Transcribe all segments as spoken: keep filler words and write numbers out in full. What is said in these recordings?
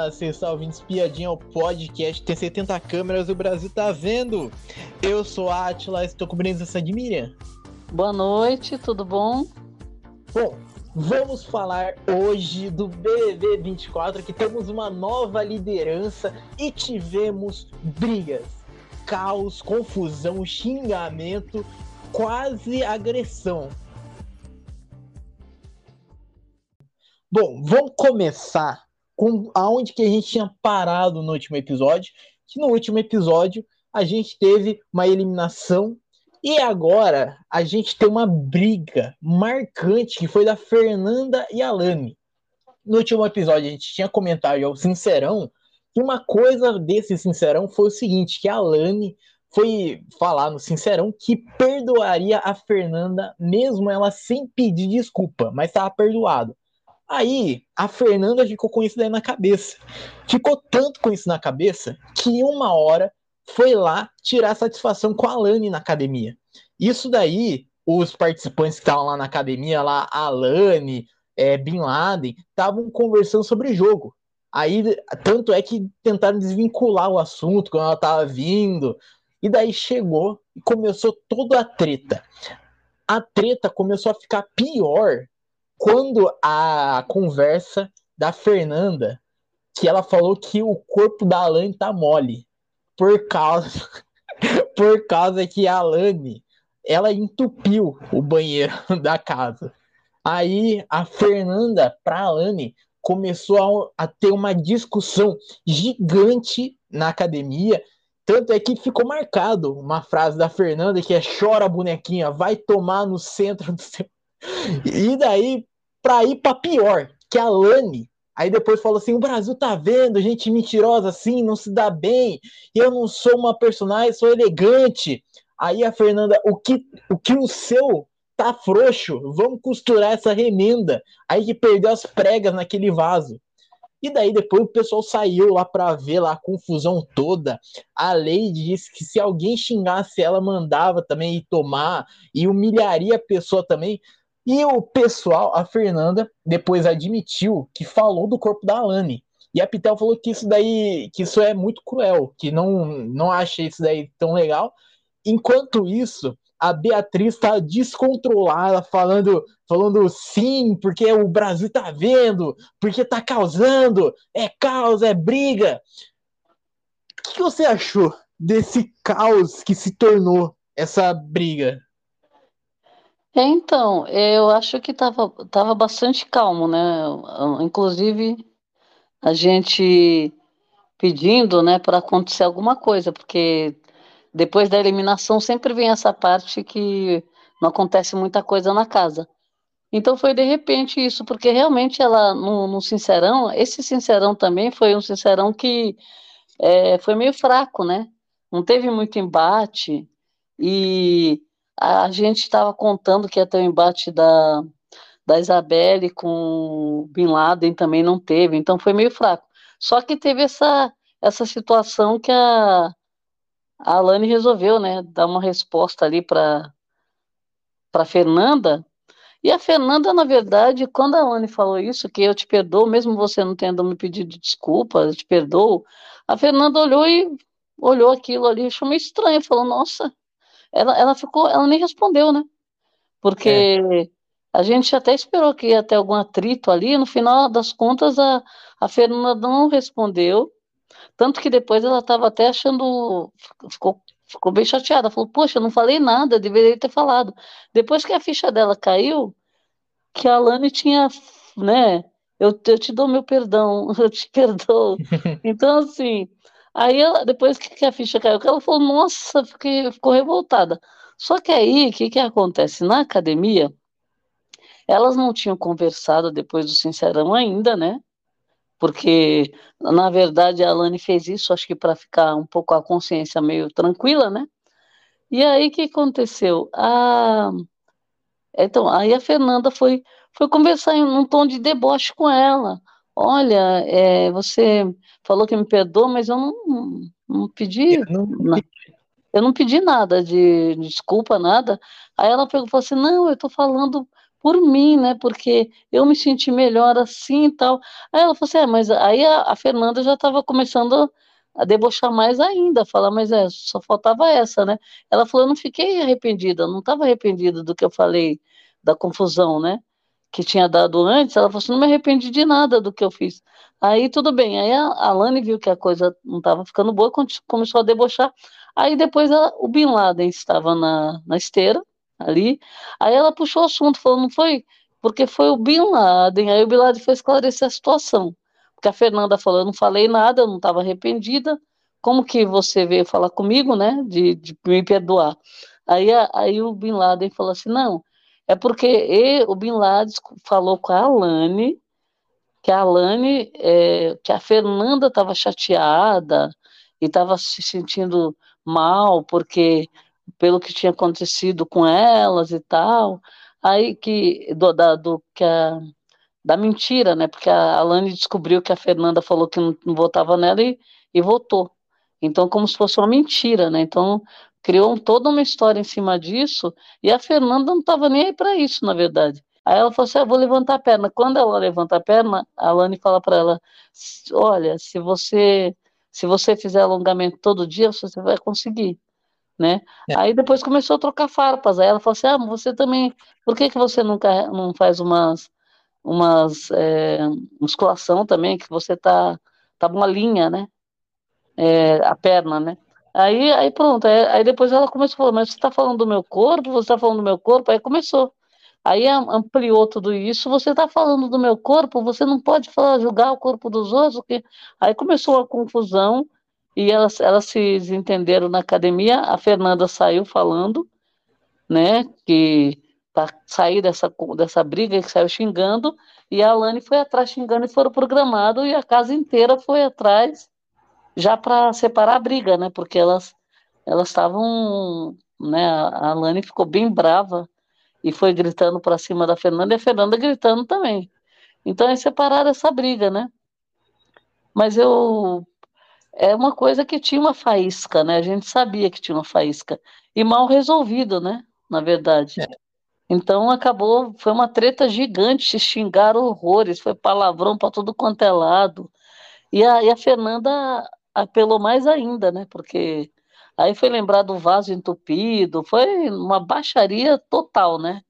Olá, você está ouvindo Espiadinha, o podcast, tem setenta câmeras e o Brasil tá vendo. Eu sou a Atila, estou cobrindo essa de Miriam. Boa noite, tudo bom? Bom, vamos falar hoje do B B B vinte e quatro, que temos uma nova liderança e tivemos brigas, caos, confusão, xingamento, quase agressão. Bom, vamos começar com aonde que a gente tinha parado no último episódio, que no último episódio a gente teve uma eliminação e agora a gente tem uma briga marcante que foi da Fernanda e Alane. No último episódio a gente tinha comentado ao Sincerão que uma coisa desse Sincerão foi o seguinte, que a Alane foi falar no Sincerão que perdoaria a Fernanda mesmo ela sem pedir desculpa, mas estava perdoado. Aí, a Fernanda ficou com isso daí na cabeça. Ficou tanto com isso na cabeça que uma hora foi lá tirar satisfação com a Alane na academia. Isso daí, os participantes que estavam lá na academia, lá, a Alane, é, Bin Laden, estavam conversando sobre o jogo. Aí, tanto é que tentaram desvincular o assunto quando ela estava vindo. E daí chegou e começou toda a treta. A treta começou a ficar pior quando a conversa da Fernanda, que ela falou que o corpo da Alane tá mole, por causa, por causa que a Alane, ela entupiu o banheiro da casa. Aí a Fernanda, pra Alane, começou a, a ter uma discussão gigante na academia, tanto é que ficou marcado uma frase da Fernanda que é: chora bonequinha, vai tomar no centro do seu... E daí, pra ir pra pior, que a Alane, aí depois falou assim: o Brasil tá vendo gente mentirosa assim, não se dá bem, eu não sou uma personagem, sou elegante. Aí a Fernanda, o que o, que o seu tá frouxo, vamos costurar essa remenda. Aí que perdeu as pregas naquele vaso. E daí depois o pessoal saiu lá pra ver lá a confusão toda. A Lady disse que se alguém xingasse ela, mandava também ir tomar e humilharia a pessoa também. E o pessoal, a Fernanda, depois admitiu que falou do corpo da Alane. E a Pitel falou que isso daí, que isso é muito cruel, que não, não acha isso daí tão legal. Enquanto isso, a Beatriz tá descontrolada, falando, falando sim, porque o Brasil tá vendo, porque tá causando, é caos, é briga. O que você achou desse caos que se tornou essa briga? Então, eu acho que estava tava bastante calmo, né? Inclusive, a gente pedindo, né, para acontecer alguma coisa, porque depois da eliminação sempre vem essa parte que não acontece muita coisa na casa. Então foi de repente isso, porque realmente ela, no, no Sincerão, esse Sincerão também foi um Sincerão que é, foi meio fraco, né? Não teve muito embate e a gente estava contando que ia ter o embate da, da Isabelle com o Bin Laden, também não teve, então foi meio fraco. Só que teve essa, essa situação que a, a Alane resolveu, né? Dar uma resposta ali para para Fernanda. E a Fernanda, na verdade, quando a Alane falou isso, que eu te perdoo, mesmo você não tendo me pedido desculpa, eu te perdoo, a Fernanda olhou e olhou aquilo ali, achou meio estranho, falou: nossa, ela, ela ficou, ela nem respondeu, né? É. Porque a gente até esperou que ia ter algum atrito ali, no final das contas a, a Fernanda não respondeu, tanto que depois ela estava até achando, ficou, ficou bem chateada, falou: poxa, eu não falei nada, deveria ter falado. Depois que a ficha dela caiu, que a Alane tinha, né? Eu, eu te dou meu perdão, eu te perdoo. Então, assim, aí ela, depois que, que a ficha caiu, que ela falou: nossa, fiquei, ficou revoltada. Só que aí, o que, que acontece? Na academia, elas não tinham conversado depois do Sincerão ainda, né? Porque, na verdade, a Alane fez isso, acho que para ficar um pouco a consciência meio tranquila, né? E aí, o que aconteceu? A Então, aí a Fernanda foi, foi conversar em um tom de deboche com ela. Olha, é, você falou que me perdoa, mas eu não, não Eu pedi, não... na- eu não pedi nada de, de desculpa, nada. Aí ela pegou e falou assim: não, eu estou falando por mim, né? Porque eu me senti melhor assim e tal. Aí ela falou assim: é, mas aí a, a Fernanda já estava começando a debochar mais ainda, falar, mas é, só faltava essa, né? Ela falou: eu não fiquei arrependida, eu não estava arrependida do que eu falei, da confusão, né? Que tinha dado antes. Ela falou assim: não me arrependi de nada do que eu fiz. Aí tudo bem. Aí a, a Lani viu que a coisa não estava ficando boa, conti- começou a debochar. Aí depois ela- o Bin Laden estava na, na esteira ali. Aí ela puxou o assunto, falou, não foi? Porque foi o Bin Laden. Aí o Bin Laden foi esclarecer a situação. Porque a Fernanda falou, eu não falei nada, eu não estava arrependida. Como que você veio falar comigo, né? De, de me perdoar. Aí, a- aí o Bin Laden falou assim, não, é porque e- o Bin Laden falou com a Alane, que a Alane, é, que a Fernanda estava chateada e estava se sentindo mal, porque pelo que tinha acontecido com elas e tal, aí que do, da, do, que a, da mentira, né? Porque a Alane descobriu que a Fernanda falou que não, não votava nela e, e votou. Então, como se fosse uma mentira, né? Então, criou um- toda uma história em cima disso, e a Fernanda não estava nem aí para isso, na verdade. Aí ela falou assim: ah, vou levantar a perna. Quando ela levanta a perna, a Alane fala para ela: olha, se você se você fizer alongamento todo dia, você vai conseguir, né? É, Aí depois começou a trocar farpas. Aí ela falou assim: ah, você também, por que que você nunca não faz umas umas é, musculação também, que você tá tá uma linha, né? É, a perna, né? Aí, aí pronto, aí, aí depois ela começou a falar, mas você está falando do meu corpo, você está falando do meu corpo, aí começou. Aí am- ampliou tudo isso, você está falando do meu corpo, você não pode falar, julgar o corpo dos outros, porque... Aí começou a confusão e elas, elas se desentenderam na academia, a Fernanda saiu falando, né, que para sair dessa, dessa briga, que saiu xingando, e a Alane foi atrás xingando e foram programados, e a casa inteira foi atrás já para separar a briga, né? Porque elas elas estavam, né? A Alane ficou bem brava e foi gritando para cima da Fernanda e a Fernanda gritando também. Então é separar essa briga, né? Mas eu é uma coisa que tinha uma faísca, né? A gente sabia que tinha uma faísca e mal resolvido, né? Na verdade. é, Então acabou, foi uma treta gigante, se xingaram horrores, foi palavrão para tudo quanto é lado. E a, e a Fernanda apelou mais ainda, né? Porque aí foi lembrar do vaso entupido, foi uma baixaria total, né?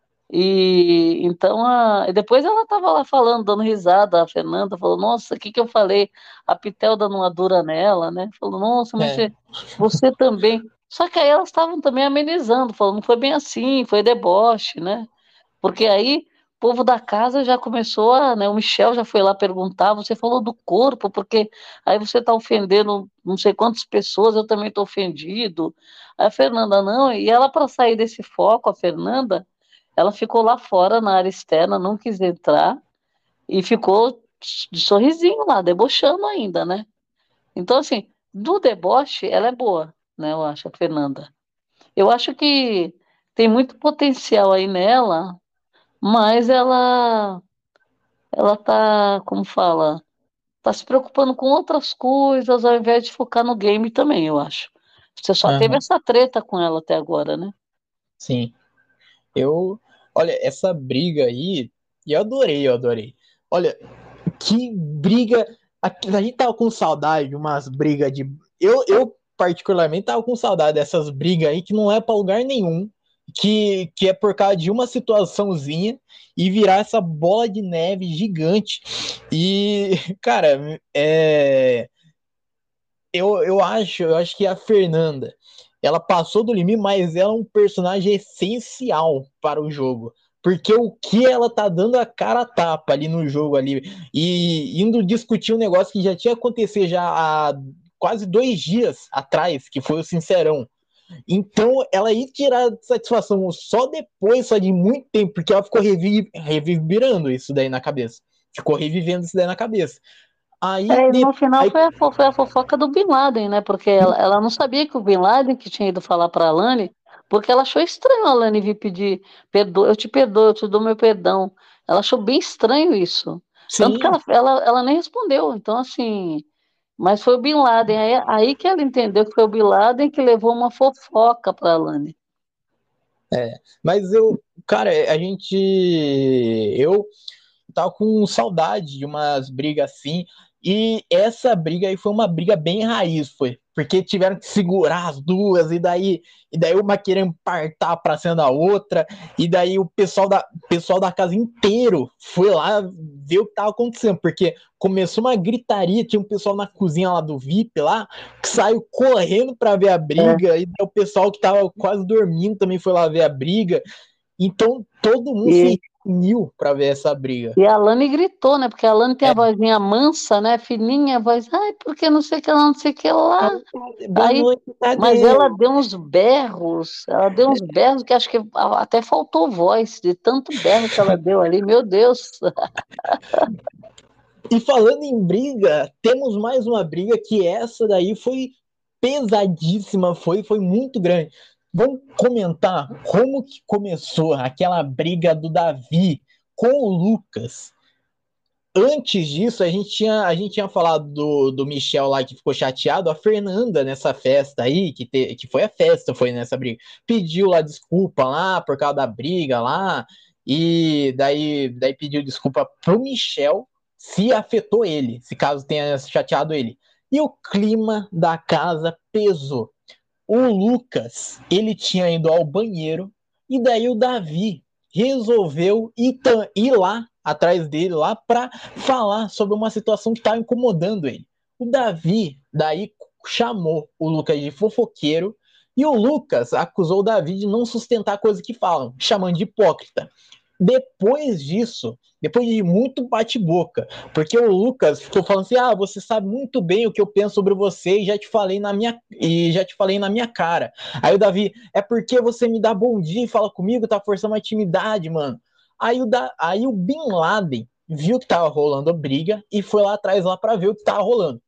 E então a, e depois ela estava lá falando, dando risada, a Fernanda falou, nossa, o que que eu falei? A Pitel dando uma dura nela, né? Falou, nossa, mas é. você, você também. Só que aí elas estavam também amenizando, falando, não foi bem assim, foi deboche, né? Porque aí o povo da casa já começou a, né, o Michel já foi lá perguntar, você falou do corpo, porque aí você está ofendendo não sei quantas pessoas, eu também estou ofendido. Aí a Fernanda, não, e ela para sair desse foco, a Fernanda, ela ficou lá fora na área externa, não quis entrar e ficou de sorrisinho lá, debochando ainda, né? Então, assim, do deboche, ela é boa, né? Eu acho, a Fernanda. Eu acho que tem muito potencial aí nela, mas ela ela tá, como fala, tá se preocupando com outras coisas ao invés de focar no game também, eu acho. Você só teve Aham, essa treta com ela até agora, né? sim. Eu, olha, essa briga aí, e eu adorei, eu adorei. Olha, que briga. A, a gente tava com saudade de umas brigas de. Eu, eu, particularmente, tava com saudade dessas brigas aí que não é pra lugar nenhum. Que, que é por causa de uma situaçãozinha e virar essa bola de neve gigante. E, cara, é, eu, eu acho, eu acho que a Fernanda, ela passou do limite, mas ela é um personagem essencial para o jogo. Porque o que ela tá dando a cara a tapa ali no jogo ali e indo discutir um negócio que já tinha acontecido já há quase dois dias atrás, que foi o Sincerão. Então, ela ia tirar satisfação só depois, só de muito tempo, porque ela ficou revi revibrando isso daí na cabeça. Ficou revivendo isso daí na cabeça. Aí, É, e no de... final aí foi a, fo- foi a fofoca do Bin Laden, né? Porque ela, ela não sabia que o Bin Laden que tinha ido falar para a Alane, porque ela achou estranho a Alane vir pedir perdão, eu te perdoo, eu te dou meu perdão. Ela achou bem estranho isso. Tanto que sim, ela, ela, ela nem respondeu. Então, assim, mas foi o Bin Laden. Aí, aí que ela entendeu que foi o Bin Laden que levou uma fofoca para a Alane. é, mas eu, cara, a gente. Eu tava com saudade de umas brigas assim. E essa briga aí foi uma briga bem raiz, foi. Porque tiveram que segurar as duas, e daí, e daí uma querendo partar pra cima da outra, e daí o pessoal da, pessoal da casa inteiro foi lá ver o que tava acontecendo, porque começou uma gritaria, tinha um pessoal na cozinha lá do V I P lá, que saiu correndo pra ver a É. briga, e daí o pessoal que tava quase dormindo também foi lá ver a briga. Então todo mundo E, se uniu pra ver essa briga. e a Alane gritou, né? Porque a Alane tem É, a vozinha mansa, né? Fininha, a voz, ai, porque não sei o que lá, não sei o que lá. boa Aí, noite, mas ela Tadeu. deu uns berros, ela deu uns berros que acho que a- até faltou voz, de tanto berro que ela deu ali, meu Deus. E falando em briga, temos mais uma briga que essa daí foi pesadíssima, foi, foi muito grande. Vamos comentar como que começou aquela briga do Davi com o Lucas. Antes disso, a gente tinha, a gente tinha falado do, do Michel lá que ficou chateado, a Fernanda nessa festa aí, que, te, que foi a festa, foi nessa briga, pediu lá desculpa lá por causa da briga lá, e daí, daí pediu desculpa pro Michel se afetou ele, se caso tenha chateado ele. E o clima da casa pesou. O Lucas, ele tinha ido ao banheiro, e daí o Davi resolveu ir, ir lá atrás dele lá para falar sobre uma situação que estava incomodando ele. O Davi daí chamou o Lucas de fofoqueiro, e o Lucas acusou o Davi de não sustentar coisas que falam, chamando de hipócrita. Depois disso, depois de muito bate-boca, porque o Lucas ficou falando assim: ah, você sabe muito bem o que eu penso sobre você e já te falei na minha, e já te falei na minha cara. Aí o Davi, é porque você me dá bom dia e fala comigo, tá forçando uma intimidade, mano. Aí o, da, aí o Bin Laden viu que tava rolando a briga e foi lá atrás lá para ver o que tava rolando.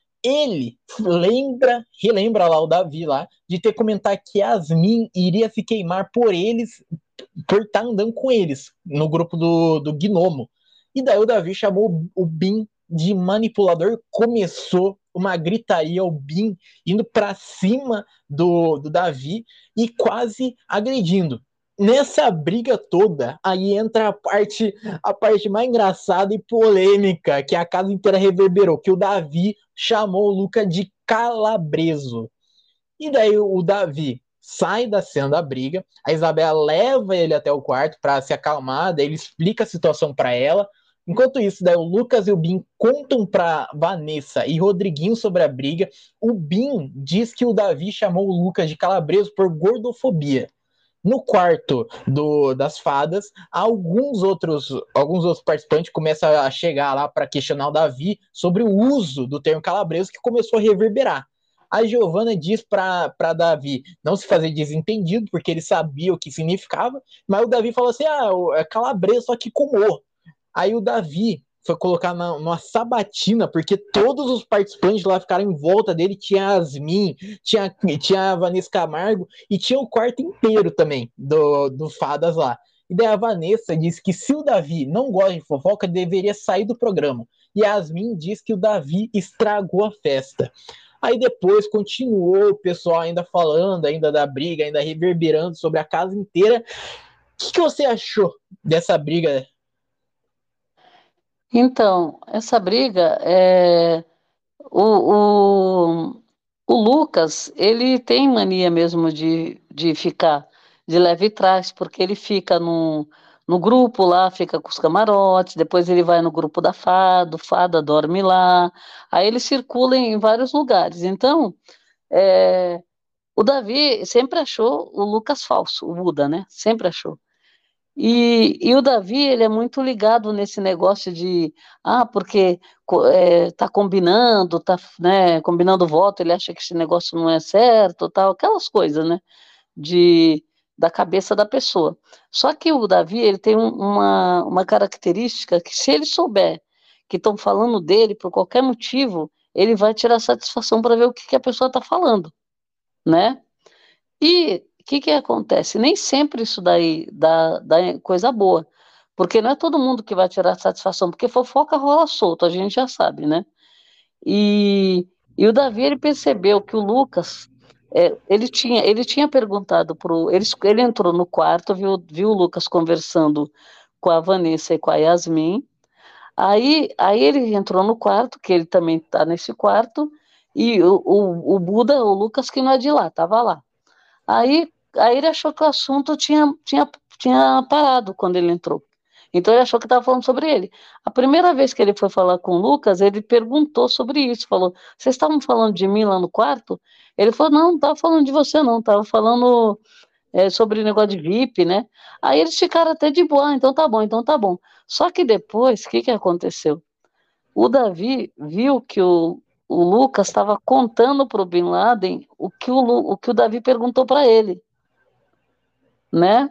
Ele lembra, relembra lá o Davi lá, de ter comentado que Yasmin iria se queimar por eles, por estar tá andando com eles no grupo do, do Gnomo. E daí o Davi chamou o Bin de manipulador, começou uma gritaria, o Bin indo para cima do, do Davi e quase agredindo. Nessa briga toda, aí entra a parte, a parte mais engraçada e polêmica, que a casa inteira reverberou, que o Davi chamou o Luca de calabreso. E daí o Davi sai da cena da briga, a Isabela leva ele até o quarto para se acalmar, daí ele explica a situação para ela. Enquanto isso, daí o Lucas e o Bin contam para Vanessa e Rodriguinho sobre a briga. O Bin diz que o Davi chamou o Lucas de calabreso por gordofobia. No quarto do, das fadas, alguns outros, alguns outros participantes começam a chegar lá para questionar o Davi sobre o uso do termo calabreso, que começou a reverberar. A Giovana diz para Davi não se fazer desentendido, porque ele sabia o que significava, mas o Davi falou assim: ah, é calabreso, só que com o. Aí o Davi foi colocar na, numa sabatina, porque todos os participantes lá ficaram em volta dele. Tinha a Yasmin, tinha, tinha a Vanessa Camargo e tinha o quarto inteiro também do, do Fadas lá. E daí a Vanessa disse que se o Davi não gosta de fofoca, deveria sair do programa. E a Yasmin disse que o Davi estragou a festa. Aí depois continuou o pessoal ainda falando, ainda da briga, ainda reverberando sobre a casa inteira. O que, que você achou dessa briga? Então, essa briga, é, o, o, o Lucas, ele tem mania mesmo de, de ficar de leve trás, porque ele fica no, no grupo lá, fica com os camarotes, depois ele vai no grupo da Fada, o Fada dorme lá, aí ele circula em vários lugares. Então, é, o Davi sempre achou o Lucas falso, o Buda, né? Sempre achou. E, e o Davi, ele é muito ligado nesse negócio de, ah, porque co- é, tá combinando, tá, né, combinando voto, ele acha que esse negócio não é certo, tal, aquelas coisas, né, de, da cabeça da pessoa. Só que o Davi, ele tem um- uma, uma característica que se ele souber que estão falando dele por qualquer motivo, ele vai tirar satisfação para ver o que, que a pessoa está falando, né? E o que que acontece? Nem sempre isso daí dá, dá coisa boa, porque não é todo mundo que vai tirar satisfação, porque fofoca rola solto, a gente já sabe, né? E, e o Davi, ele percebeu que o Lucas é, ele tinha, ele tinha perguntado pro, ele, ele entrou no quarto, viu, viu o Lucas conversando com a Vanessa e com a Yasmin. Aí, aí ele entrou no quarto, que ele também está nesse quarto, e o, o, o Buda, o Lucas, que não é de lá, estava lá. Aí, aí ele achou que o assunto tinha, tinha, tinha parado quando ele entrou. Então ele achou que estava falando sobre ele. A primeira vez que ele foi falar com o Lucas, ele perguntou sobre isso, falou, vocês estavam falando de mim lá no quarto? Ele falou, não, não estava falando de você não, estava falando é, sobre o negócio de V I P, né? Aí eles ficaram até de boa, ah, então tá bom, então tá bom. Só que depois, o que que aconteceu? O Davi viu que o, o Lucas estava contando para o Bin Laden o que o, o que o Davi perguntou para ele, né?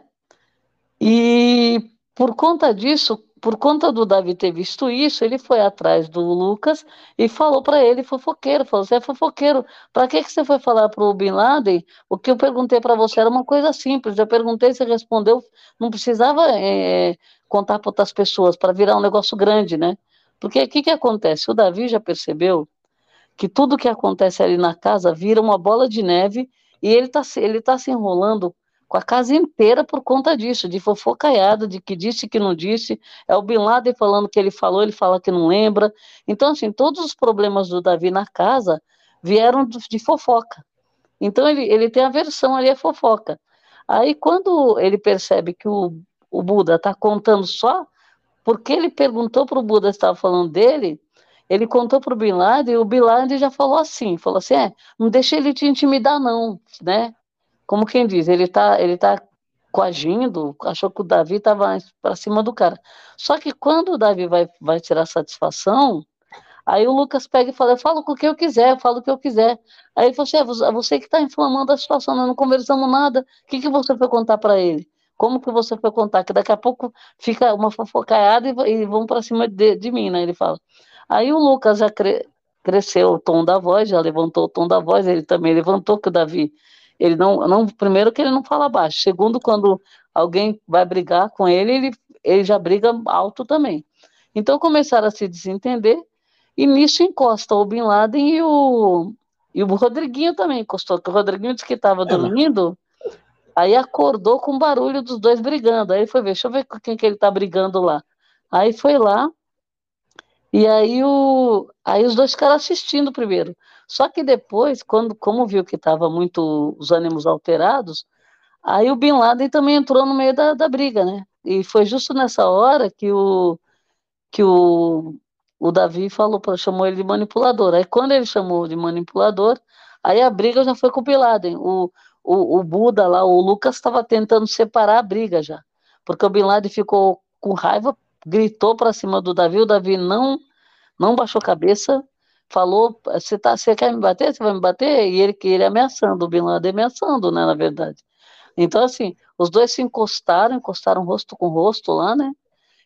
E por conta disso, por conta do Davi ter visto isso, ele foi atrás do Lucas e falou para ele, fofoqueiro, falou, você é fofoqueiro, para que que você foi falar para o Bin Laden? O que eu perguntei para você era uma coisa simples, eu perguntei, você respondeu, não precisava é, contar para outras pessoas, para virar um negócio grande, né? Porque o que que acontece? O Davi já percebeu que tudo que acontece ali na casa vira uma bola de neve e ele está ele tá se enrolando com a casa inteira por conta disso, de fofocaiada, de que disse que não disse, é o Bin Laden falando que ele falou, ele fala que não lembra. Então, assim, todos os problemas do Davi na casa vieram de fofoca. Então, ele, ele tem a versão ali, é fofoca. Aí, quando ele percebe que o, o Buda está contando só porque ele perguntou para o Buda se estava falando dele, ele contou para o Bin Laden e o Bin Laden já falou assim, falou assim, é, não deixa ele te intimidar não, né? Como quem diz, ele está ele tá coagindo, achou que o Davi estava para cima do cara. Só que quando o Davi vai, vai tirar satisfação, aí o Lucas pega e fala, eu falo com o que eu quiser, eu falo o que eu quiser. Aí ele falou assim, é você você que está inflamando a situação, nós não conversamos nada, o que, que você foi contar para ele? Como que você foi contar? Que daqui a pouco fica uma fofocaiada e, e vão para cima de, de mim, né? Ele fala. Aí o Lucas já cre, cresceu o tom da voz, já levantou o tom da voz, ele também levantou, que o Davi, ele não, não, primeiro que ele não fala baixo, segundo, quando alguém vai brigar com ele, ele, ele já briga alto também. Então começaram a se desentender, e nisso encosta o Bin Laden e o, e o Rodriguinho também encostou, que o Rodriguinho disse que estava É, mas dormindo, aí acordou com o barulho dos dois brigando. Aí foi ver, deixa eu ver com quem que ele tá brigando lá. Aí foi lá, e aí, o, aí os dois ficaram assistindo primeiro. Só que depois, quando, como viu que estava muito os ânimos alterados, aí o Bin Laden também entrou no meio da, da briga, né? E foi justo nessa hora que o, que o, o Davi falou, pra- chamou ele de manipulador. Aí quando ele chamou de manipulador, aí a briga já foi com o Bin Laden. O, o, o Buda lá, o Lucas estava tentando separar a briga já, porque o Bin Laden ficou com raiva, gritou para cima do Davi, o Davi não, não baixou a cabeça, falou, você tá, você quer me bater? Você vai me bater? E ele, ele ameaçando, o Bin Laden ameaçando, né, na verdade. Então, assim, os dois se encostaram, encostaram rosto com rosto lá, né?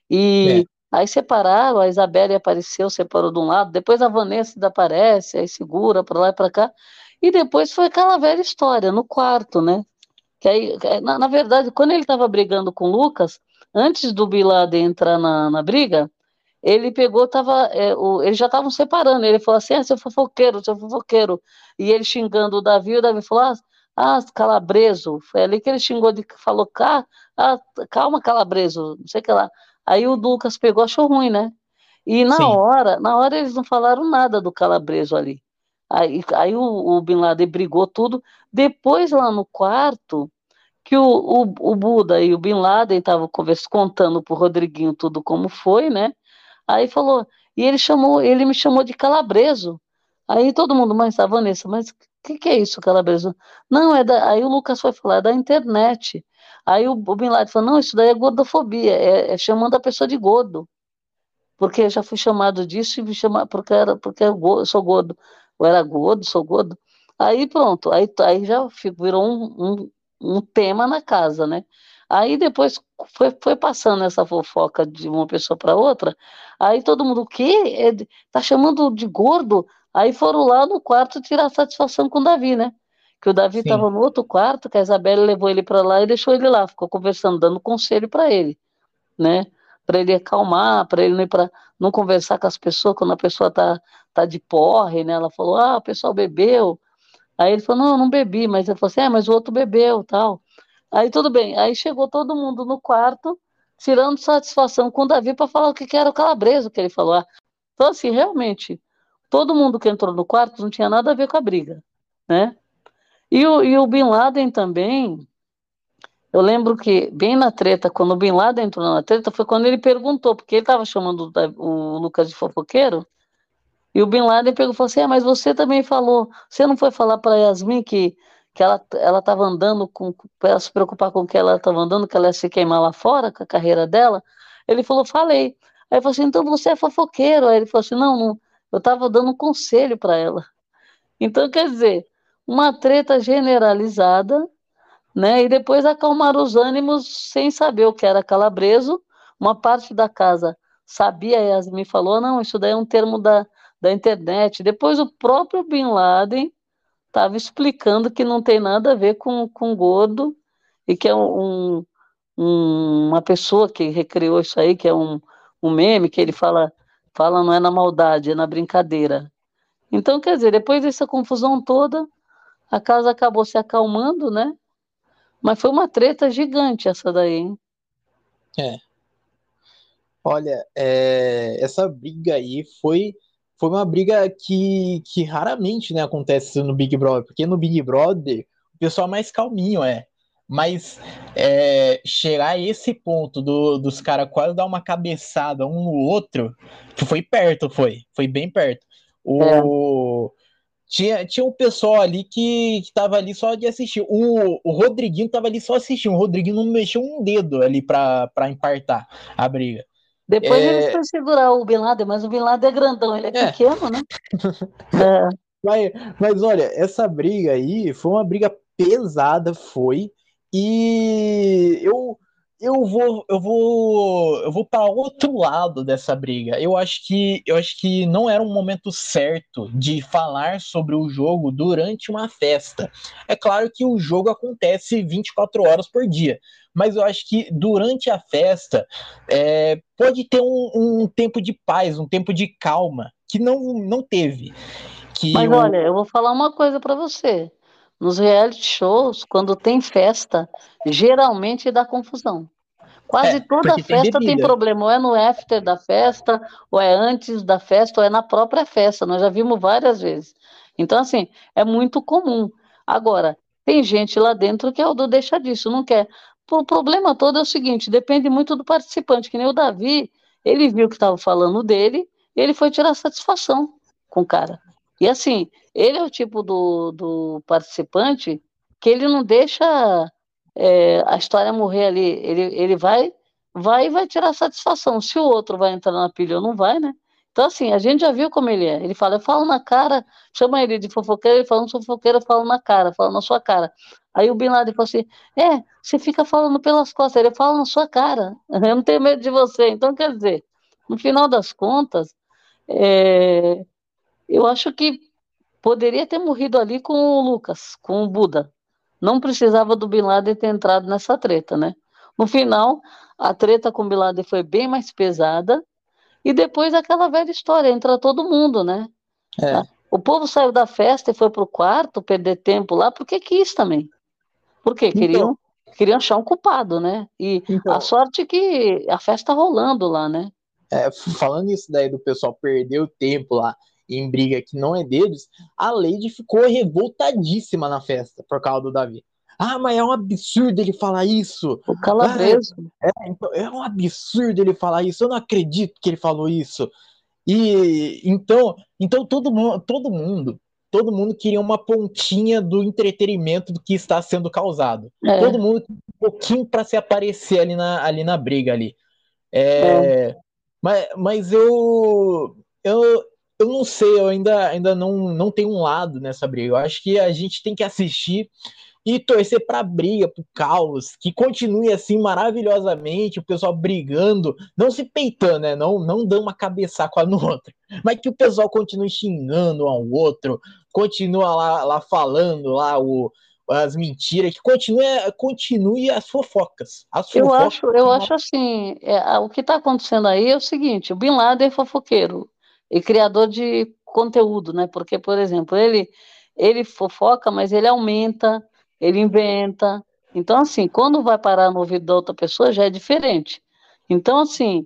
é, E aí separaram, a Isabelle apareceu, separou de um lado, depois a Vanessa ainda aparece, aí segura para lá e para cá. E depois foi aquela velha história, no quarto, né? Que aí, na, na verdade, quando ele estava brigando com o Lucas, antes do Bin Laden entrar na, na briga, ele pegou, tava, é, o, eles já estavam separando. Ele falou assim: ah, seu fofoqueiro, seu fofoqueiro. E ele xingando o Davi, o Davi falou: ah, ah, calabreso. Foi ali que ele xingou, de, falou: cá, ah, calma, calabreso, não sei o que lá. Aí o Lucas pegou, achou ruim, né? E na sim, hora, na hora eles não falaram nada do calabreso ali. Aí, aí o, o Bin Laden brigou tudo. Depois, lá no quarto, que o, o, o Buda e o Bin Laden estavam contando pro Rodriguinho tudo como foi, né? Aí falou, e ele chamou, ele me chamou de calabreso. Aí todo mundo, mas a Vanessa, mas o que, que é isso, calabreso? Não, é da. Aí o Lucas foi falar, é da internet. Aí o, o Bin Laden falou, não, isso daí é gordofobia, é, é chamando a pessoa de gordo, porque eu já fui chamado disso e me chamar porque era porque eu go- eu sou gordo. Eu era gordo, sou gordo. Aí pronto, aí, aí já fi- virou um, um, um tema na casa, né? Aí depois foi, foi passando essa fofoca de uma pessoa para outra, aí todo mundo, o quê? É de- tá chamando de gordo? Aí foram lá no quarto tirar satisfação com o Davi, né? Que o Davi sim. estava no outro quarto, que a Isabela levou ele para lá e deixou ele lá, ficou conversando, dando conselho para ele, né? Para ele acalmar, para ele não ir para não conversar com as pessoas quando a pessoa tá, tá de porre, né? Ela falou: ah, o pessoal bebeu. Aí ele falou, não, eu não bebi, mas ele falou assim, é, mas o outro bebeu, tal. Aí tudo bem, aí chegou todo mundo no quarto, tirando satisfação com o Davi para falar o que que era o calabreso que ele falou. Ah, então, assim, realmente, todo mundo que entrou no quarto não tinha nada a ver com a briga, né? E o, e o Bin Laden também, eu lembro que, bem na treta, quando o Bin Laden entrou na treta, foi quando ele perguntou, porque ele estava chamando o, Da- o Lucas de fofoqueiro, e o Bin Laden pegou e falou assim: é, mas você também falou, você não foi falar para Yasmin que, que ela ela estava andando com, para ela se preocupar com o que ela estava andando, que ela ia se queimar lá fora com a carreira dela? Ele falou: falei. Aí ele falou assim: então você é fofoqueiro. Aí ele falou assim: não, não, eu estava dando um conselho para ela. Então, quer dizer, uma treta generalizada, né? E depois acalmar os ânimos sem saber o que era calabreso. Uma parte da casa sabia, a Yasmin falou, não, isso daí é um termo da, da internet. Depois o próprio Bin Laden estava explicando que não tem nada a ver com, com gordo e que é um, um- uma pessoa que recriou isso aí, que é um, um meme, que ele fala, fala não é na maldade, é na brincadeira. Então, quer dizer, depois dessa confusão toda, a casa acabou se acalmando, né? Mas foi uma treta gigante essa daí, hein? É. Olha, é, essa briga aí foi, foi uma briga que, que raramente, né, acontece no Big Brother, porque no Big Brother o pessoal é mais calminho, é. Mas é, chegar a esse ponto do- dos caras quase dar uma cabeçada um no outro, que foi perto, foi. Foi bem perto. É. O, tinha, tinha um pessoal ali que, que tava ali só de assistir. O, o Rodriguinho tava ali só assistindo. O Rodriguinho não mexeu um dedo ali pra, pra empartar a briga. Depois ele É, foi segurar o Bin Laden, mas o Bin Laden é grandão, ele é é, pequeno, né? É. mas, mas olha, essa briga aí foi uma briga pesada, foi. E eu eu vou eu vou eu vou para outro lado dessa briga. Eu acho que eu acho que não era um momento certo de falar sobre o jogo durante uma festa. É claro que o jogo acontece vinte e quatro horas por dia, mas eu acho que durante a festa é, pode ter um, um tempo de paz, um tempo de calma que não não teve. Que Mas o olha, eu vou falar uma coisa para você. Nos reality shows, quando tem festa, geralmente dá confusão. Quase É, toda porque tem festa tem bebida. problema, ou é no after da festa, ou é antes da festa, ou é na própria festa. Nós já vimos várias vezes. Então, assim, é muito comum. Agora, tem gente lá dentro que é o do deixa disso, não quer. O problema todo é o seguinte: depende muito do participante, que nem o Davi, ele viu que estava falando dele, ele foi tirar satisfação com o cara. E assim, ele é o tipo do, do participante que ele não deixa é, a história morrer ali. Ele, ele vai, vai e vai tirar satisfação. Se o outro vai entrar na pilha ou não vai, né? Então, assim, a gente já viu como ele é. Ele fala, eu falo na cara, chama ele de fofoqueiro, ele fala, não sou fofoqueiro, eu falo na cara, falo na sua cara. Aí o Bin Laden falou assim: é, você fica falando pelas costas, ele fala na sua cara, eu não tenho medo de você. Então, quer dizer, no final das contas, é, eu acho que poderia ter morrido ali com o Lucas, com o Buda. Não precisava do Bin Laden ter entrado nessa treta, né? No final, a treta com o Bin Laden foi bem mais pesada. E depois aquela velha história, entra todo mundo, né? Ah, É, o povo saiu da festa e foi pro quarto perder tempo lá porque quis também. Por quê? então, Queriam, queriam achar um culpado, né? E a então sorte que a festa rolando lá, né? é, falando isso daí do pessoal perder o tempo lá em briga que não é deles, a Lady ficou revoltadíssima na festa por causa do Davi. Ah, mas é um absurdo ele falar isso. O Ah, calabreso. é, então, é um absurdo ele falar isso. Eu não acredito que ele falou isso. E então, então todo mundo, todo mundo, todo mundo queria uma pontinha do entretenimento do que está sendo causado. Todo É, mundo um pouquinho para se aparecer ali na, ali na briga ali. é. É, mas, mas eu, eu, eu não sei, eu ainda, ainda não, não tenho um lado nessa briga. Eu acho que a gente tem que assistir e torcer para a briga, para o caos, que continue assim maravilhosamente, o pessoal brigando, não se peitando, né? Não, não dando uma cabeçada no outro, mas que o pessoal continue xingando um ao outro, continua lá, lá falando lá o, as mentiras, que continue, continue as fofocas. As Eu fofocas. acho, eu acho assim, é, a- o que está acontecendo aí é o seguinte: o Bin Laden é fofoqueiro e criador de conteúdo, né? Porque, por exemplo, ele ele fofoca, mas ele aumenta, ele inventa. Então, assim, quando vai parar no ouvido da outra pessoa, já é diferente. Então, assim,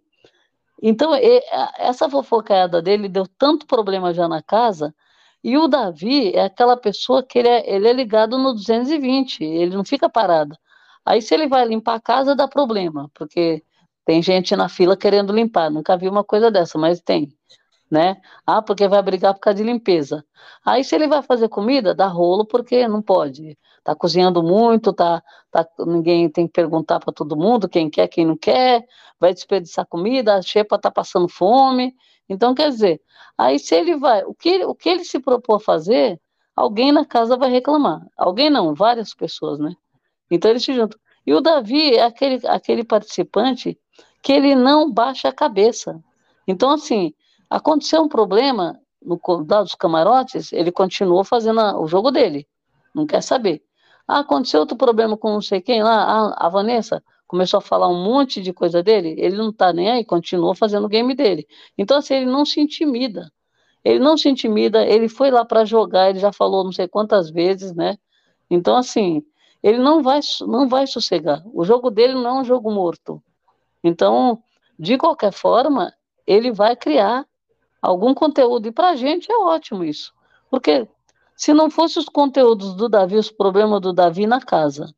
então e- a- essa fofocaiada dele deu tanto problema já na casa, e o Davi é aquela pessoa que ele é, ele é ligado no duzentos e vinte, ele não fica parado. Aí, se ele vai limpar a casa, dá problema, porque tem gente na fila querendo limpar. Nunca vi uma coisa dessa, mas tem, né? Ah, porque vai brigar por causa de limpeza. Aí, se ele vai fazer comida, dá rolo, porque não pode. Tá cozinhando muito, tá, tá, ninguém tem que perguntar para todo mundo quem quer, quem não quer, vai desperdiçar comida, a xepa tá passando fome. Então, quer dizer, aí se ele vai, o que, ele- o que ele se propôs a fazer, alguém na casa vai reclamar. Alguém não, várias pessoas, né? Então eles se juntam. E o Davi é aquele, aquele participante que ele não baixa a cabeça. Então, assim, aconteceu um problema no co- lá dos camarotes, ele continuou fazendo a- o jogo dele. Não quer saber. Ah, aconteceu outro problema com não sei quem lá, a, a Vanessa começou a falar um monte de coisa dele, ele não tá nem aí, continuou fazendo o game dele. Então, assim, ele não se intimida. Ele não se intimida, ele foi lá para jogar, ele já falou não sei quantas vezes, né? Então, assim, ele não vai, não vai sossegar. O jogo dele não é um jogo morto. Então, de qualquer forma, ele vai criar algum conteúdo. E para a gente é ótimo isso. Porque se não fosse os conteúdos do Davi, os problemas do Davi na casa,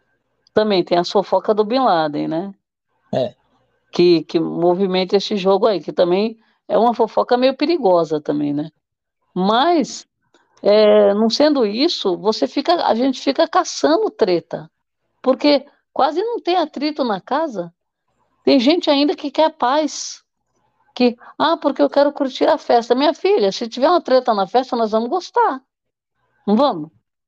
também tem a fofoca do Bin Laden, né? É, Que, que movimenta esse jogo aí, que também é uma fofoca meio perigosa também, né? Mas, é, não sendo isso, você fica, a gente fica caçando treta. Porque quase não tem atrito na casa. Tem gente ainda que quer paz. Que, ah, porque eu quero curtir a festa. Minha filha, se tiver uma treta na festa, nós vamos gostar. Não vamos?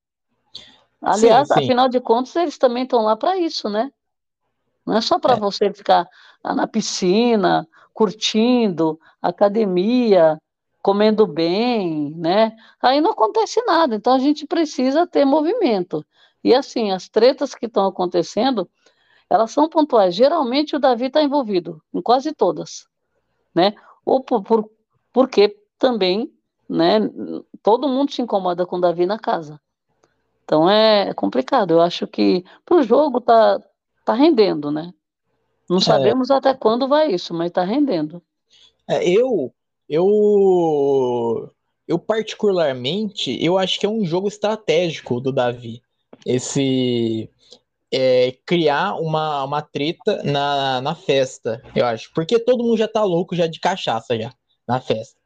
sim, Aliás, sim. afinal de contas, eles também estão lá para isso, né? Não é só para É, você ficar lá na piscina, curtindo, academia, comendo bem, né? Aí não acontece nada. Então a gente precisa ter movimento. E assim, as tretas que estão acontecendo, elas são pontuais. Geralmente o Davi está envolvido, em quase todas, né? Ou por, por, porque também, né? Todo mundo se incomoda com o Davi na casa. Então é complicado. Eu acho que para o jogo tá, tá rendendo, né? Não é, sabemos até quando vai isso, mas tá rendendo. é, eu, eu, eu particularmente, eu acho que é um jogo estratégico do Davi. Esse é, criar uma, uma treta na, na festa, eu acho. Porque todo mundo já tá louco já de cachaça já na festa.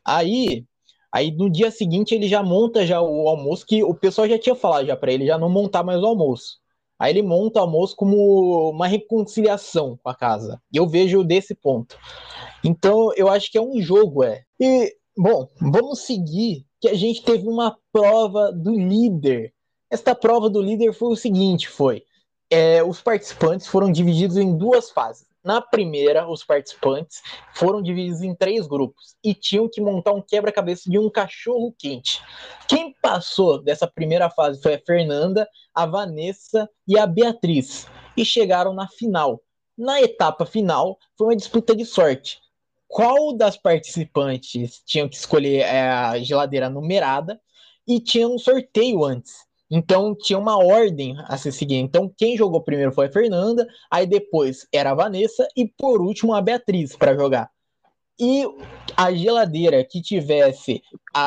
Aí, aí no dia seguinte ele já monta já o almoço, que o pessoal já tinha falado já para ele já não montar mais o almoço. Aí ele monta o almoço como uma reconciliação com a casa. E eu vejo desse ponto. Então, eu acho que é um jogo, é. E, bom, vamos seguir que a gente teve uma prova do líder. Esta prova do líder foi o seguinte, foi, é, os participantes foram divididos em duas fases. Na primeira, os participantes foram divididos em três grupos e tinham que montar um quebra-cabeça de um cachorro quente. Quem passou dessa primeira fase foi a Fernanda, a Vanessa e a Beatriz. E chegaram na final. Na etapa final, foi uma disputa de sorte. Qual das participantes tinham que escolher é, a geladeira numerada e tinha um sorteio antes. Então tinha uma ordem a se seguir. Então quem jogou primeiro foi a Fernanda, aí depois era a Vanessa e por último a Beatriz para jogar. E a geladeira que tivesse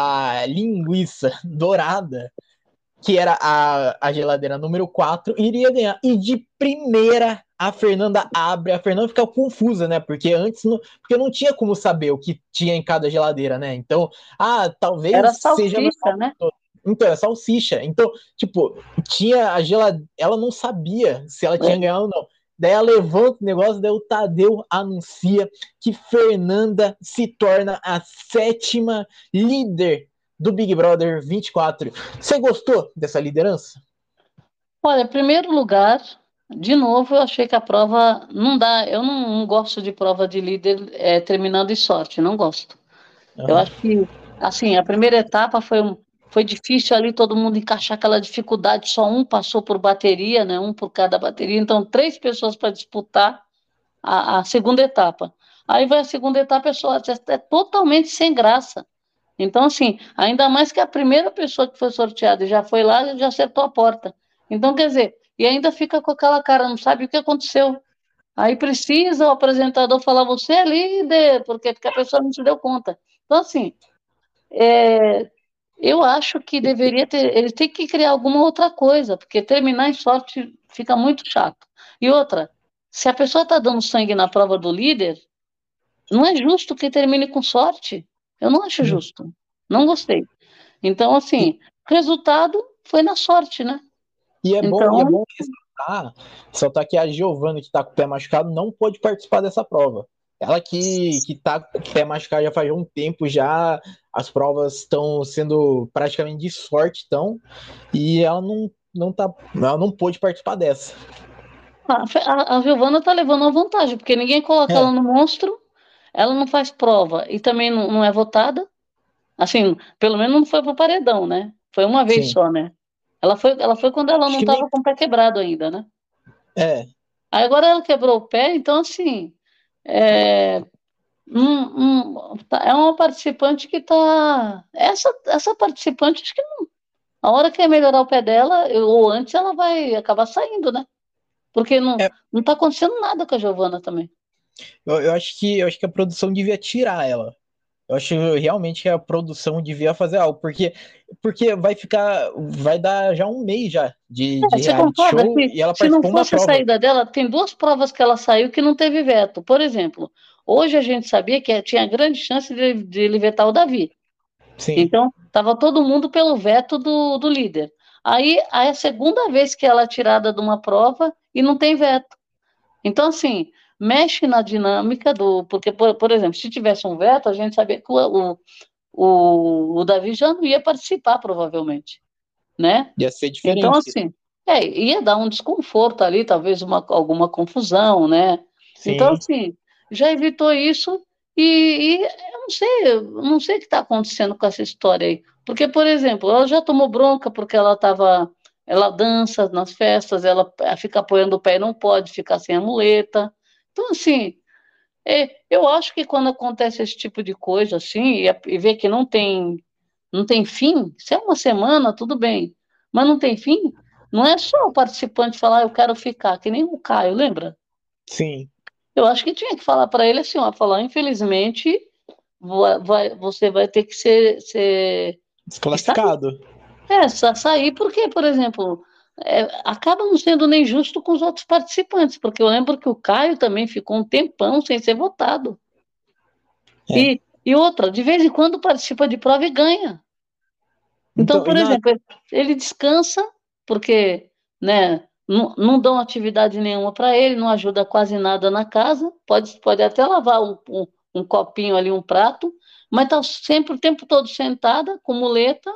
a linguiça dourada, que era a, a geladeira número quatro, iria ganhar. E de primeira a Fernanda abre, a Fernanda fica confusa, né? Porque antes não, porque não tinha como saber o que tinha em cada geladeira, né? Então, ah, Era talvez seja salsicha, normal. né? Então, é salsicha. Então, tipo, tinha a geladeira, ela não sabia se ela tinha É. ganhado ou não. Daí ela levanta o negócio, daí o Tadeu anuncia que Fernanda se torna a sétima líder do Big Brother vinte e quatro. Você gostou dessa liderança? Olha, em primeiro lugar, de novo, eu achei que a prova não dá. Eu não, não gosto de prova de líder é, terminando em sorte, não gosto. Eu Aham. acho que, assim, a primeira etapa foi, um, foi difícil ali, todo mundo encaixar aquela dificuldade, só um passou por bateria, né? Um por cada bateria, então três pessoas para disputar a, a segunda etapa. Aí vai a segunda etapa, é, só, é totalmente sem graça. Então, assim, ainda mais que a primeira pessoa que foi sorteada e já foi lá, já acertou a porta. Então, quer dizer, e ainda fica com aquela cara, não sabe o que aconteceu. Aí precisa o apresentador falar, você é líder, porque, porque a pessoa não se deu conta. Então, assim, é, eu acho que deveria ter, ele tem que criar alguma outra coisa, porque terminar em sorte fica muito chato. E outra, se a pessoa está dando sangue na prova do líder, não é justo que termine com sorte. Eu não acho Hum. justo. Não gostei. Então, E, assim, resultado foi na sorte, né? e é bom, e é Então, bom ressaltar, ressaltar que a Giovana, que está com o pé machucado, não pôde participar dessa prova. Ela que, que tá com o pé machucado já faz um tempo já, as provas estão sendo praticamente de sorte, então, e ela não, não tá, ela não pôde participar dessa. a, a, a Giovana tá levando uma vantagem, porque ninguém coloca É, ela no monstro, ela não faz prova e também não, não é votada. Assim, pelo menos não foi pro paredão, né? Foi uma vez sim. só, né? Ela foi, ela foi quando ela Acho não que nem. estava com o pé quebrado ainda, né? É, Aí agora ela quebrou o pé, então assim, é, um- um- tá- é uma participante que tá. Essa, essa participante, acho que não- a hora que é melhorar o pé dela, eu- ou antes ela vai acabar saindo, né? Porque não, é, não tá acontecendo nada com a Giovana também. eu, eu acho que, eu acho que a produção devia tirar ela. Eu acho realmente que a produção devia fazer algo, porque, porque vai ficar, vai dar já um mês já de, É, de você reality concorda show que e ela se não participou de uma fosse a prova. saída dela, tem duas provas que ela saiu que não teve veto. Por exemplo, hoje a gente sabia que tinha grande chance de, de ele vetar o Davi. Sim, Então, estava todo mundo pelo veto do, do líder. Aí, aí é a segunda vez que ela é tirada de uma prova e não tem veto. Então, assim, mexe na dinâmica do. Porque, por, por exemplo, se tivesse um veto, a gente sabia que o, o, o, o Davi já não ia participar, provavelmente, né? ia ser Então, diferente. assim, é, ia dar um desconforto ali, talvez uma, alguma confusão, né? Então, Sim, assim, já evitou isso e, e eu não sei, eu não sei o que está acontecendo com essa história aí. Porque, por exemplo, ela já tomou bronca porque ela estava, ela dança nas festas, ela fica apoiando o pé e não pode ficar sem a muleta. Então, assim, é, eu acho que quando acontece esse tipo de coisa, assim, e, e vê que não tem não tem fim, se é uma semana, tudo bem. Mas não tem fim, não é só o participante falar, "Ah, eu quero ficar", que nem o Caio, lembra? sim, Eu acho que tinha que falar para ele assim, ó, falar, infelizmente, vai, vai- você vai ter que ser, ser que sair. desclassificado. É, sa- sair porque, por exemplo, é, acaba não sendo nem justo com os outros participantes, porque eu lembro que o Caio também ficou um tempão sem ser votado. É. E, e outra, de vez em quando participa de prova e ganha. Então, Então, e por na, exemplo, ele descansa, porque, né, não, não dão atividade nenhuma para ele, não ajuda quase nada na casa, pode, pode até lavar um, um, um copinho ali, um prato, mas está sempre o tempo todo sentada, com muleta,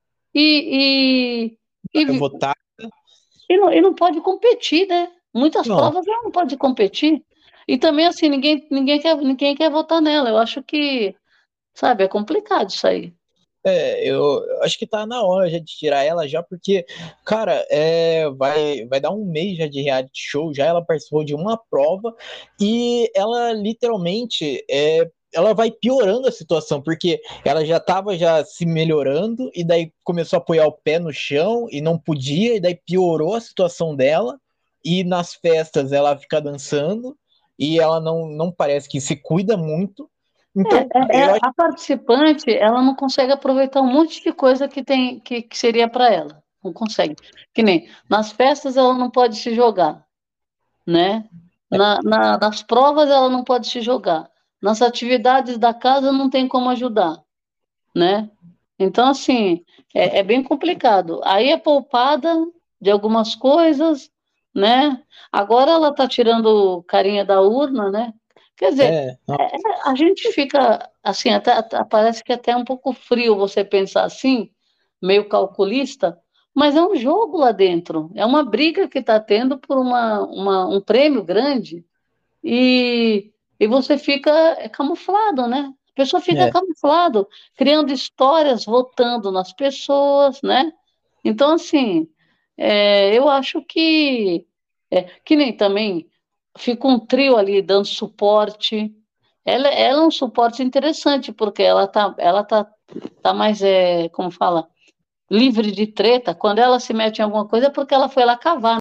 e, e, eu e, votar, e, não, e não pode competir, né? Muitas não. provas ela não pode competir. E também, assim, ninguém, ninguém quer, ninguém quer votar nela. Eu acho que, sabe, é complicado isso aí. É, eu, eu acho que tá na hora já de tirar ela já, porque, cara, é, vai, vai dar um mês já de reality show, já ela participou de uma prova e ela literalmente é, ela vai piorando a situação, porque ela já tava já se melhorando e daí começou a apoiar o pé no chão e não podia, e daí piorou a situação dela, e nas festas ela fica dançando e ela não, não parece que se cuida muito. Então, É, é, eu acho a participante, ela não consegue aproveitar um monte de coisa que tem que, que seria para ela. Não consegue. Que nem nas festas ela não pode se jogar, né? Na, na- nas provas ela não pode se jogar. Nas atividades da casa não tem como ajudar, né? Então, assim, é, é bem complicado. Aí é poupada de algumas coisas, né? Agora ela está tirando carinha da urna, né? Quer dizer, é, é, é, a gente fica, assim, até, até- parece que é até um pouco frio você pensar assim, meio calculista, mas é um jogo lá dentro, é uma briga que está tendo por uma, uma- um prêmio grande e, e você fica é, camuflado, né? A pessoa fica é, camuflado, criando histórias, votando nas pessoas, né? Então, assim, é, eu acho que, é, que nem também fica um trio ali dando suporte, ela, ela é um suporte interessante, porque ela tá, ela tá, tá mais, é, como fala, livre de treta. Quando ela se mete em alguma coisa é porque ela foi lá cavar.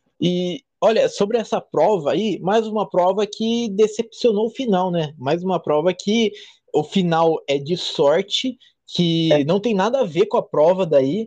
E olha, sobre essa prova aí, mais uma prova que decepcionou o final, né? Mais uma prova que o final é de sorte, que não tem nada a ver com a prova daí.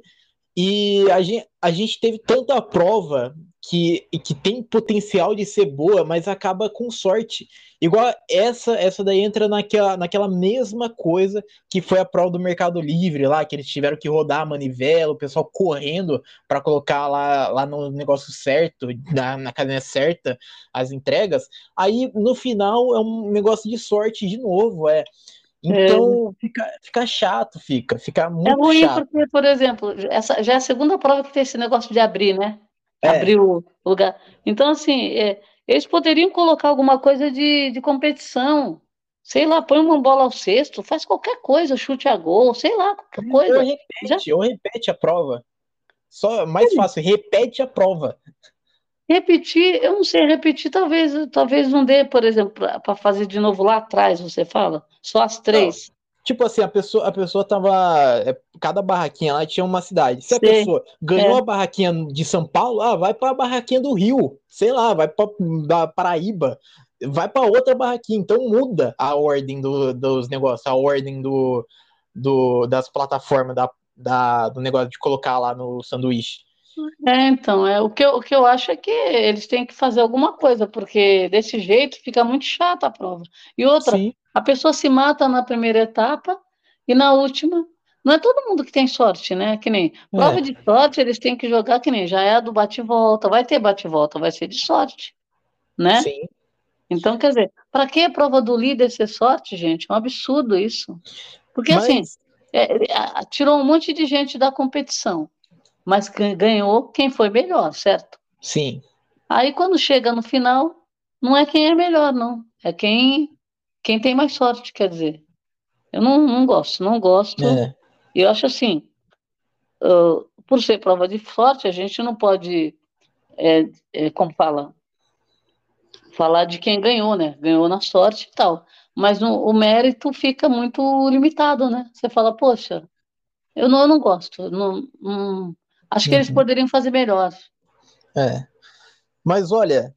E a gente, a gente teve tanta prova que, que tem potencial de ser boa, mas acaba com sorte. Igual essa, essa daí entra naquela, naquela mesma coisa que foi a prova do Mercado Livre lá, que eles tiveram que rodar a manivela, o pessoal correndo para colocar lá, lá no negócio certo, na, na cadeia certa, as entregas. Aí no final é um negócio de sorte de novo, é. É, Então fica, fica chato, fica, fica é muito ruim chato. porque, por exemplo, essa já é a segunda prova que tem esse negócio de abrir, né? Abrir É, o lugar. Então, assim, é, eles poderiam colocar alguma coisa de, de competição. Sei lá, põe uma bola ao cesto, faz qualquer coisa, chute a gol, sei lá, qualquer ou coisa. Já repete, ou repete a prova. Só mais fácil, repete a prova. repetir, eu não sei, repetir talvez, talvez não dê, por exemplo, para fazer de novo lá atrás, você fala, só as Não, três. tipo assim, a pessoa, a pessoa tava. é, Cada barraquinha lá tinha uma cidade. Se a Sei, pessoa ganhou é. a barraquinha de São Paulo, ah, vai pra barraquinha do Rio. Sei lá, vai pra da Paraíba. Vai pra outra barraquinha. Então muda a ordem do, dos negócios, a ordem do, do, das plataformas da, da, do negócio de colocar lá no sanduíche. É, então, é, o que eu, o que eu acho é que eles têm que fazer alguma coisa, porque desse jeito fica muito chata a prova. E outra, Sim, a pessoa se mata na primeira etapa e na última. Não é todo mundo que tem sorte, né? Que nem prova é, de sorte, eles têm que jogar que nem já é a do bate-volta, vai ter bate-volta, vai ser de sorte, né? sim. Então, quer dizer, para que a prova do líder ser sorte, gente? É um absurdo isso. Porque assim, Mas, é, a- tirou um monte de gente da competição, mas gan- ganhou quem foi melhor, certo? sim. Aí quando chega no final, não é quem é melhor, não. É quem, quem tem mais sorte, quer dizer. Eu não, não gosto, não gosto. É. E eu acho assim, ah, por ser prova de sorte, a gente não pode, é, é, como fala, falar de quem ganhou, né? Ganhou na sorte e tal. Mas no- o mérito fica muito limitado, né? Você fala, poxa, eu não, eu não gosto. Não, não- acho que eles Uhum, poderiam fazer melhor. é. Mas olha,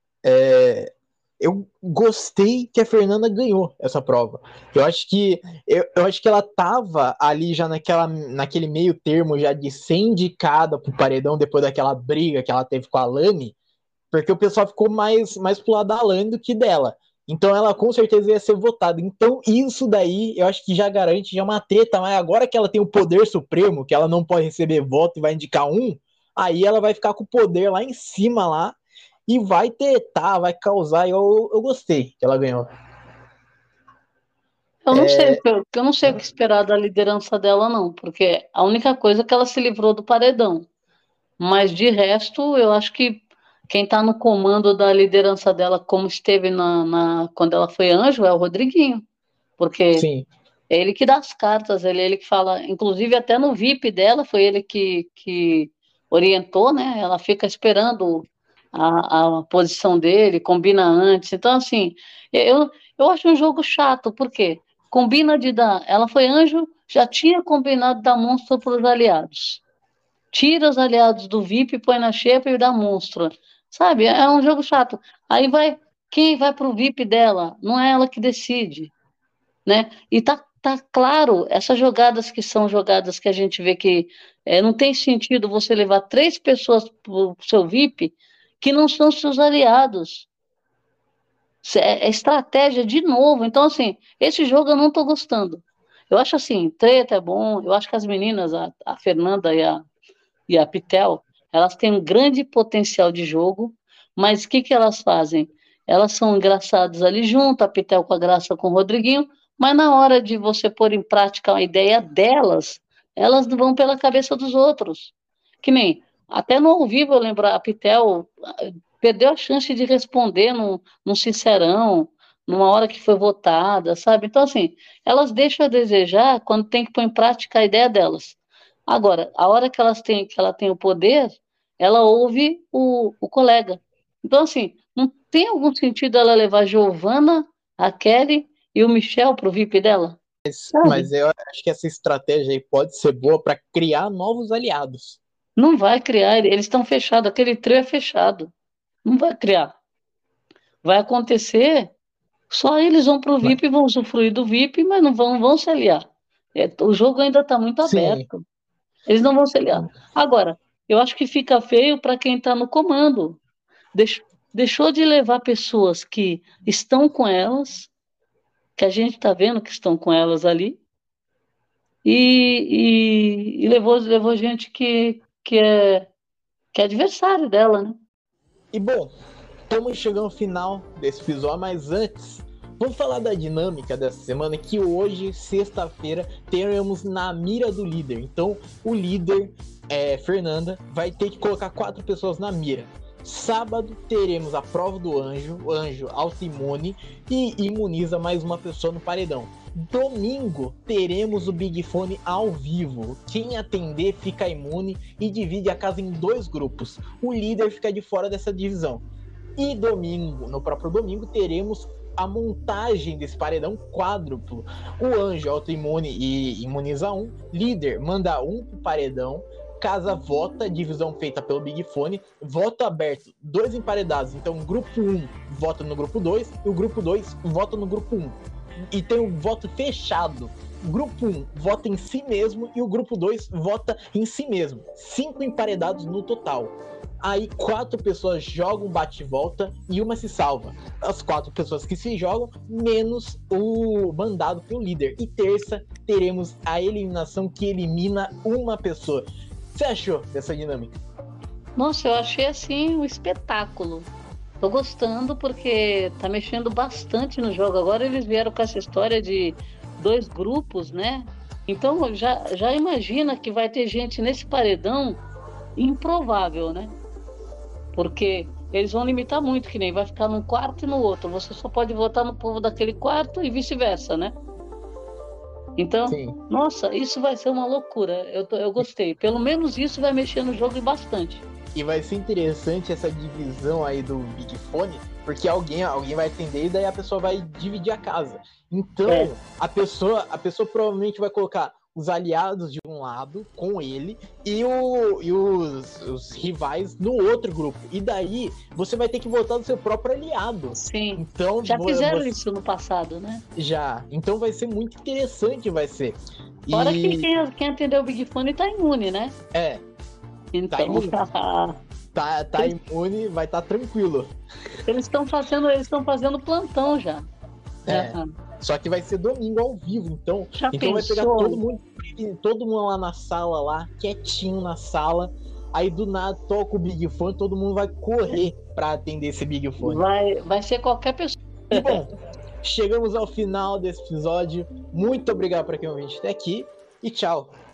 é, eu gostei que a Fernanda ganhou essa prova. Eu acho que eu, eu acho que ela tava ali já naquela, naquele meio termo já de ser indicada pro paredão depois daquela briga que ela teve com a Lani, porque o pessoal ficou mais mais pro lado da Lani do que dela. Então ela com certeza ia ser votada. Então isso daí eu acho que já garante já uma treta, mas agora que ela tem o poder supremo, que ela não pode receber voto e vai indicar um, aí ela vai ficar com o poder lá em cima lá e vai tretar, vai causar. Eu, eu gostei que ela ganhou. Eu não sei, o É, que eu, eu não sei o que esperar da liderança dela, não, porque a única coisa é que ela se livrou do paredão. Mas de resto, eu acho que quem está no comando da liderança dela, como esteve na, na- quando ela foi anjo, é o Rodriguinho, porque sim, é ele que dá as cartas, ele é ele que fala, inclusive até no V I P dela, foi ele que, que orientou, né? Ela fica esperando a, a posição dele, combina antes. Então, assim, eu, eu acho um jogo chato, porque combina de dar. Ela foi anjo, já tinha combinado dar monstro para os aliados. Tira os aliados do V I P, põe na xepa e dá monstro. Sabe? É um jogo chato. Aí vai. Quem vai para o V I P dela? Não é ela que decide, né? E tá, tá claro, essas jogadas que são jogadas que a gente vê que é, não tem sentido você levar três pessoas para o seu V I P que não são seus aliados. É, é estratégia de novo. Então, assim, esse jogo eu não estou gostando. Eu acho assim, treta é bom, eu acho que as meninas, a, a Fernanda e a, e a Pitel, elas têm um grande potencial de jogo, mas o que que elas fazem? Elas são engraçadas ali junto, a Pitel com a graça com o Rodriguinho, mas na hora de você pôr em prática a ideia delas, elas vão pela cabeça dos outros. Que nem, até no ao vivo eu lembro, a Pitel ah, perdeu a chance de responder num, num sincerão, numa hora que foi votada, sabe? Então, assim, elas deixam a desejar quando tem que pôr em prática a ideia delas. Agora, a hora que elas têm, que ela tem o poder, ela ouve o, o colega. Então, assim, não tem algum sentido ela levar a Giovana, a Kelly e o Michel pro V I P dela. Sabe? Mas eu acho que essa estratégia aí pode ser boa para criar novos aliados. Não vai criar, eles estão fechados, aquele trio é fechado. Não vai criar. Vai acontecer, só eles vão pro V I P e vão usufruir do V I P, mas não vão, vão se aliar. É, o jogo ainda está muito Sim. aberto. Eles não vão se aliar. Agora, eu acho que fica feio para quem está no comando. Deix, deixou de levar pessoas que estão com elas, que a gente está vendo que estão com elas ali, e, e, e levou, levou gente que, que, é, que é adversário dela, né? E bom, estamos chegando ao final desse episódio, mas antes, vamos falar da dinâmica dessa semana, que hoje, sexta-feira, teremos na mira do líder. Então, o líder, é, Fernanda, vai ter que colocar quatro pessoas na mira. Sábado teremos a prova do anjo, o anjo auto-imune e imuniza mais uma pessoa no paredão. Domingo teremos o Big Fone ao vivo. Quem atender fica imune e divide a casa em dois grupos. O líder fica de fora dessa divisão. E domingo, no próprio domingo, teremos a montagem desse paredão quádruplo. O anjo autoimune e imuniza um, líder manda um pro paredão, casa vota, divisão feita pelo Big Fone, voto aberto, dois emparedados, então o grupo um vota no grupo dois e o grupo dois vota no grupo um. E tem o voto fechado. O grupo um vota em si mesmo e o grupo dois vota em si mesmo. Cinco emparedados no total. Aí quatro pessoas jogam bate-volta e uma se salva. As quatro pessoas que se jogam, menos o mandado pelo líder. E terça, teremos a eliminação que elimina uma pessoa. O que você achou dessa dinâmica? Nossa, eu achei assim um espetáculo. Tô gostando porque tá mexendo bastante no jogo. Agora eles vieram com essa história de dois grupos, né? Então já, já imagina que vai ter gente nesse paredão improvável, né? Porque eles vão limitar muito, que nem vai ficar num quarto e no outro. Você só pode votar no povo daquele quarto e vice-versa, né? Então, Sim. Nossa, isso vai ser uma loucura. Eu, tô, eu gostei. Pelo menos isso vai mexer no jogo bastante. E vai ser interessante essa divisão aí do Big Fone, porque alguém, alguém vai atender e daí a pessoa vai dividir a casa. Então, é. a, pessoa, a pessoa provavelmente vai colocar os aliados de um lado com ele e, o, e os, os rivais no outro grupo. E daí você vai ter que votar no seu próprio aliado. Sim. Então, já fizeram você... isso no passado, né? Já. Então vai ser muito interessante, vai ser. Fora e... que quem, quem atendeu o Big Fone tá imune, né? É. Então, tá imune, tá, tá imune vai estar tá tranquilo. Eles estão fazendo, eles estão fazendo plantão já. É. já. Só que vai ser domingo ao vivo, então, já então vai pegar pensou? todo mundo, todo mundo lá na sala, lá, quietinho na sala. Aí do nada toca o Big Fone, todo mundo vai correr para atender esse Big Fone. Vai, vai ser qualquer pessoa. E bom, chegamos ao final desse episódio. Muito obrigado para quem ouviu até aqui e tchau.